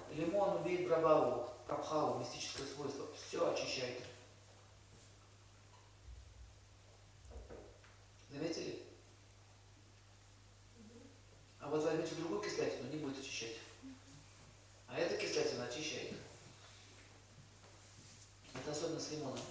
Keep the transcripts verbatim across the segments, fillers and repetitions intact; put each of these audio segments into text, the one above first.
Лимон убеет брабаву, прабхаву, мистическое свойство. Все очищает. Заметили? А вот возьмите другую кислятину, не будет очищать. А эта кислятина очищает. Это особенность лимона.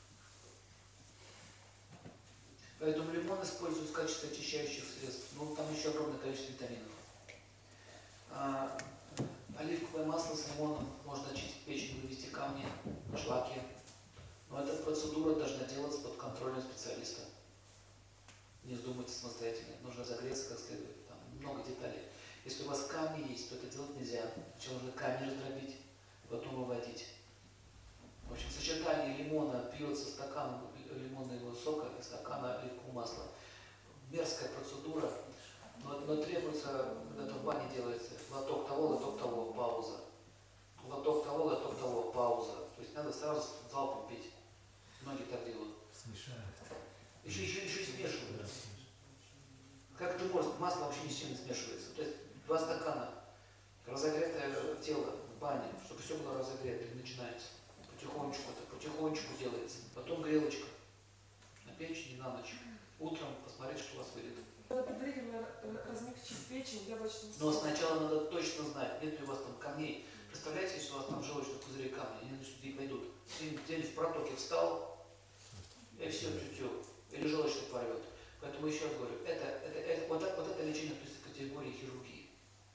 Поэтому лимон используют в качестве очищающих средств. Ну, там еще огромное количество витаминов. А, оливковое масло с лимоном можно очистить печень, вывести камни, шлаки. Но эта процедура должна делаться под контролем специалиста. Не вздумайте самостоятельно. Нужно загреться как следует. Там много деталей. Если у вас камни есть, то это делать нельзя. Сначала нужно камни раздробить, потом выводить. В общем, сочетание лимона пьется стаканом лимонного сока и стакана оливкового масла. Мерзкая процедура, но, но требуется, когда в бане делается, глоток того, глоток того, пауза. Глоток того, глоток того, пауза. То есть надо сразу залпом пить. Многие так делают. Смешают. Еще, еще, еще и смешивают. Как это может? Масло вообще ни с чем не смешивается. То есть два стакана, разогретое тело в бане, чтобы все было разогрето, и начинается. Потихонечку, это потихонечку делается. Потом грелочка на печени на ночь. Утром посмотреть, что у вас выйдет. Надо предварительно размягчить печень яблочным Но соком. сначала надо точно знать, нет ли у вас там камней. Представляете, если у вас там в желудочном пузыре камни, они начнут пойдут. День в протоке встал, и все, тю-тю. Или желудочный порвет. Поэтому еще раз говорю, это, это, это, вот, это, вот это лечение относится к категории хирургии.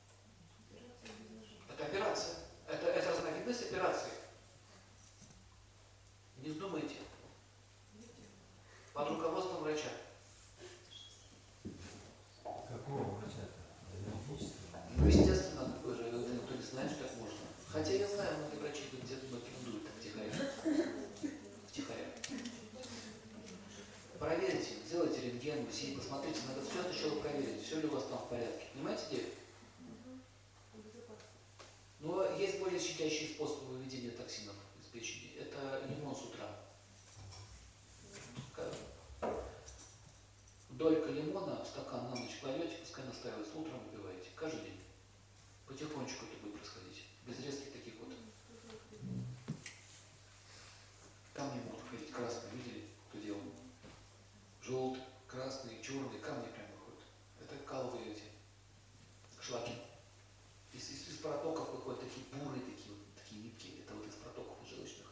Это операция. Это, это разновидность операции. Не вздумайте. Под руководством врача. Какого врача-то? Диагностического? Ну, естественно, такой же, никто не знает, что так можно. Хотя я знаю, многие врачи где-то рекомендуют так втихаря. Втихаря. Проверьте, сделайте рентген, УЗИ, посмотрите, надо все сначала проверить, все ли у вас там в порядке. Понимаете идею? Но есть более щадящие способы выведения токсинов из печени. Это лимон с утра. Долька лимона в стакан на ночь кладете, пускай настаивается, утром выпиваете. Каждый день. Потихонечку это будет происходить. Без резких таких вот. Камни могут ходить красные, видели, кто делал? Желтый, красный, черный, камни прям выходят. Это каловые эти шлаки. Из, из, из протоков выходят такие бурые, такие вот, такие липкие. Это вот из протоков желчных.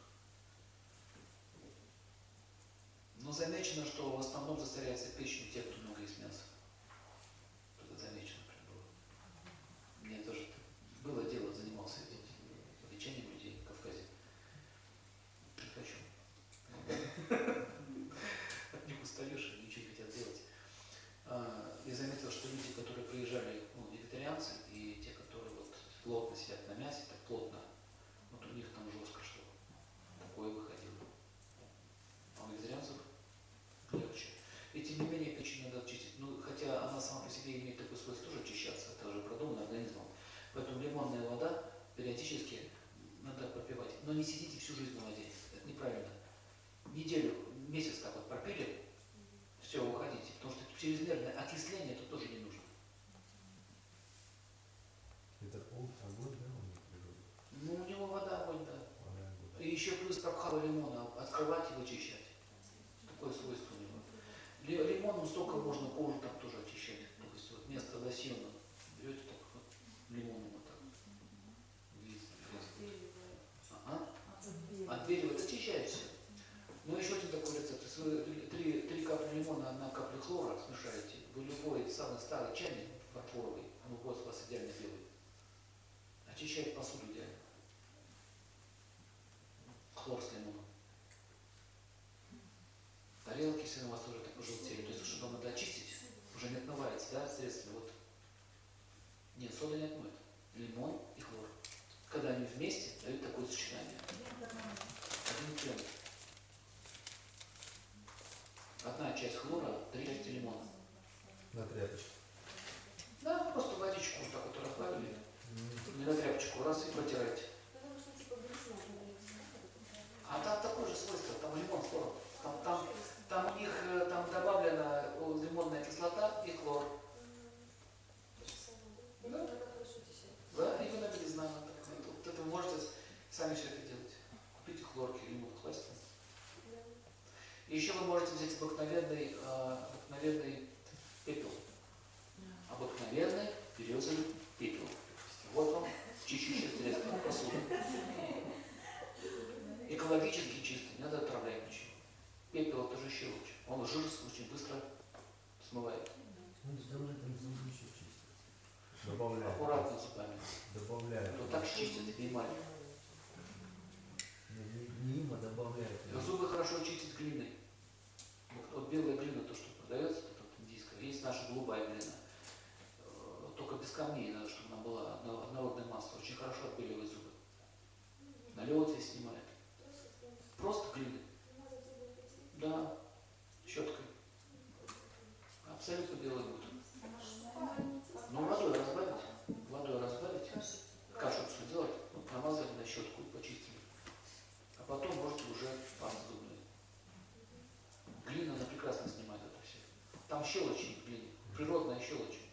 Но замечено, что в основном засоряется печень у тех, кто много ест мяса. Это замечено прям было. Мне тоже было дело, занимался этим лечением людей в Кавказе. Не хочу. От них устаешь и ничего не хотят делать. Я заметил, что люди, которые приезжали, ну, вегетарианцы, и те, которые вот плотно сидят на мясе, так плотно, вот у них там жестко шло. Такое выходило. А у вегетарианцев легче. И тем не менее печень надо очистить. Ну, хотя она сама по себе имеет такое свойство тоже очищаться, это уже продумано организмом. Поэтому лимонная вода периодически надо пропивать. Но не сидите всю жизнь на воде. Это неправильно. Неделю, месяц так вот пропили, все, уходите. Потому что чрезмерное окисление это тоже не нужно. Это огонь, да, он природа? Ну, у него вода, огонь, да. Вода, огонь. И еще плюс прабхава лимона, открывать и вычищать. Такое свойство у него. Ли- Лимонным соком можно кожу там тоже очищать. То есть вот вместо лосьона берете так вот лимоном вот так. Видите, ага. Отбеливает, очищает все. Ну еще один такой рецепт. Если вы три, три капли лимона, одна капля хлора смешаете, вы любой самый старый чайник фарфоровый, он будет у вас идеально белый. Очищает посуду идеально. Хлор с лимоном. Тарелки, если у вас тоже так пожелтели, то есть, чтобы надо очистить, уже не отмывается, да, средственно, вот. Нет, сода не отмоет. Лимон и хлор. Когда они вместе, дают такое сочетание. Один член. Одна часть хлора, три части лимона. На тряпочку. Да, просто водичку вот так вот разбавили. Не на тряпочку, раз и протирайте. А там такое же свойство, там лимон с хлором. Там, там, там у них там добавлена лимонная кислота и хлор. Да, да, именно белизна. Сами все это делайте. Купите хлорки или муткласть. И еще вы можете взять обыкновенный, э, обыкновенный пепел. Обыкновенный березовый пепел. Вот вам чищущее средство посуды. Экологически чистый, не надо отравлять ничего. Пепел это же щелочь. Он жир очень быстро смывает. Ну, сделали там зубы еще чистят. Добавляют. Аккуратно зубами. Добавляют. Вот так чистят эмаль. Не, не, не им, а добавляют. Зубы хорошо чистят глиной. Вот, вот белая глина, то, что продается, это вот индийская, есть наша голубая глина. Э, Только без камней надо, чтобы она была одно- однородное масло. Очень хорошо отбеливает зубы. Налет весь снимает. Просто глиной. Да, щеткой. Абсолютно белый будет. Ну, водой разбавить. Водой разбавить. Кашу все делать. Вот, намазали на щетку и почистили. А потом можете уже пасту зубную. Глина, она прекрасно снимает это все. Там щелочи в глине. Природная щелочь.